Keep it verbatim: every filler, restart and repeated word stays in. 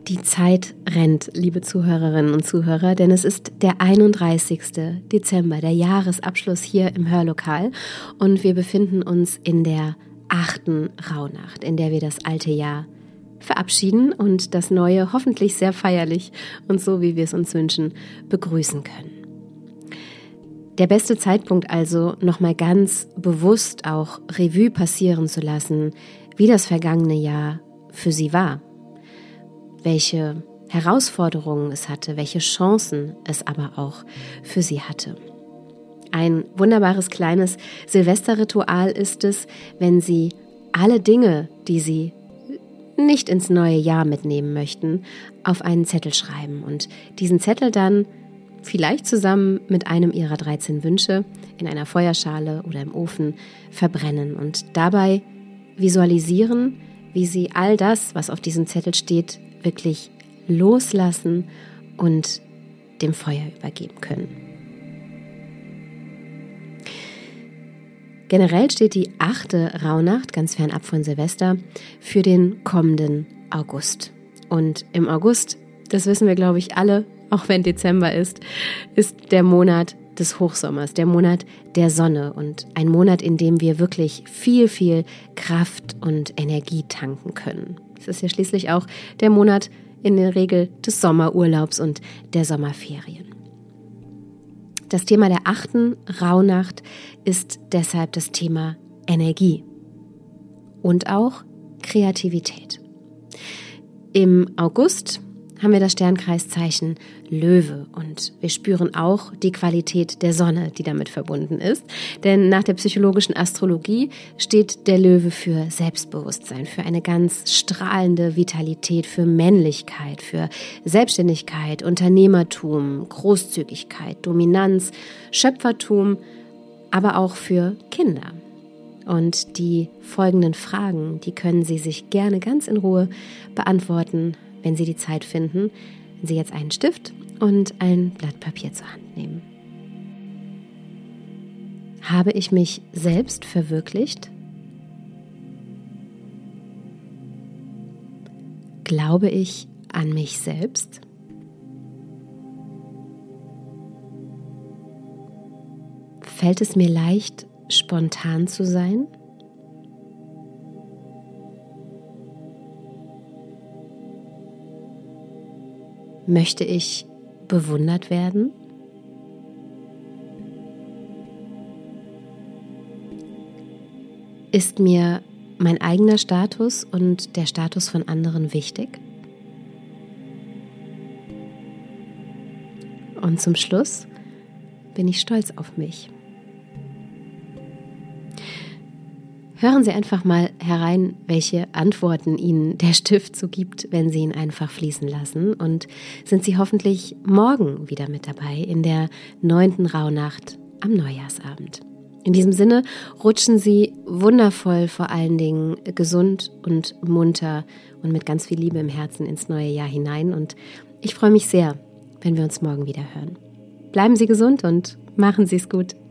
Die Zeit rennt, liebe Zuhörerinnen und Zuhörer, denn es ist der einunddreißigste Dezember, der Jahresabschluss hier im Hörlokal und wir befinden uns in der achten Rauhnacht, in der wir das alte Jahr verabschieden und das neue hoffentlich sehr feierlich und so, wie wir es uns wünschen, begrüßen können. Der beste Zeitpunkt also, nochmal ganz bewusst auch Revue passieren zu lassen, wie das vergangene Jahr für Sie war. Welche Herausforderungen es hatte, welche Chancen es aber auch für Sie hatte. Ein wunderbares kleines Silvesterritual ist es, wenn Sie alle Dinge, die Sie nicht ins neue Jahr mitnehmen möchten, auf einen Zettel schreiben und diesen Zettel dann vielleicht zusammen mit einem Ihrer dreizehn Wünsche in einer Feuerschale oder im Ofen verbrennen und dabei visualisieren, wie Sie all das, was auf diesem Zettel steht, wirklich loslassen und dem Feuer übergeben können. Generell steht die achte Rauhnacht, ganz fernab von Silvester, für den kommenden August. Und im August, das wissen wir, glaube ich, alle, auch wenn Dezember ist, ist der Monat des Hochsommers, der Monat der Sonne und ein Monat, in dem wir wirklich viel, viel Kraft und Energie tanken können. Es ist ja schließlich auch der Monat in der Regel des Sommerurlaubs und der Sommerferien. Das Thema der achten Rauhnacht ist deshalb das Thema Energie und auch Kreativität. Im August haben wir das Sternkreiszeichen Löwe und wir spüren auch die Qualität der Sonne, die damit verbunden ist. Denn nach der psychologischen Astrologie steht der Löwe für Selbstbewusstsein, für eine ganz strahlende Vitalität, für Männlichkeit, für Selbstständigkeit, Unternehmertum, Großzügigkeit, Dominanz, Schöpfertum, aber auch für Kinder. Und die folgenden Fragen, die können Sie sich gerne ganz in Ruhe beantworten, wenn Sie die Zeit finden, wenn Sie jetzt einen Stift und ein Blatt Papier zur Hand nehmen. Habe ich mich selbst verwirklicht? Glaube ich an mich selbst? Fällt es mir leicht, spontan zu sein? Möchte ich bewundert werden? Ist mir mein eigener Status und der Status von anderen wichtig? Und zum Schluss bin ich stolz auf mich. Hören Sie einfach mal herein, welche Antworten Ihnen der Stift so gibt, wenn Sie ihn einfach fließen lassen. Und sind Sie hoffentlich morgen wieder mit dabei in der neunten Rauhnacht am Neujahrsabend. In diesem Sinne rutschen Sie wundervoll, vor allen Dingen gesund und munter und mit ganz viel Liebe im Herzen ins neue Jahr hinein. Und ich freue mich sehr, wenn wir uns morgen wieder hören. Bleiben Sie gesund und machen Sie es gut.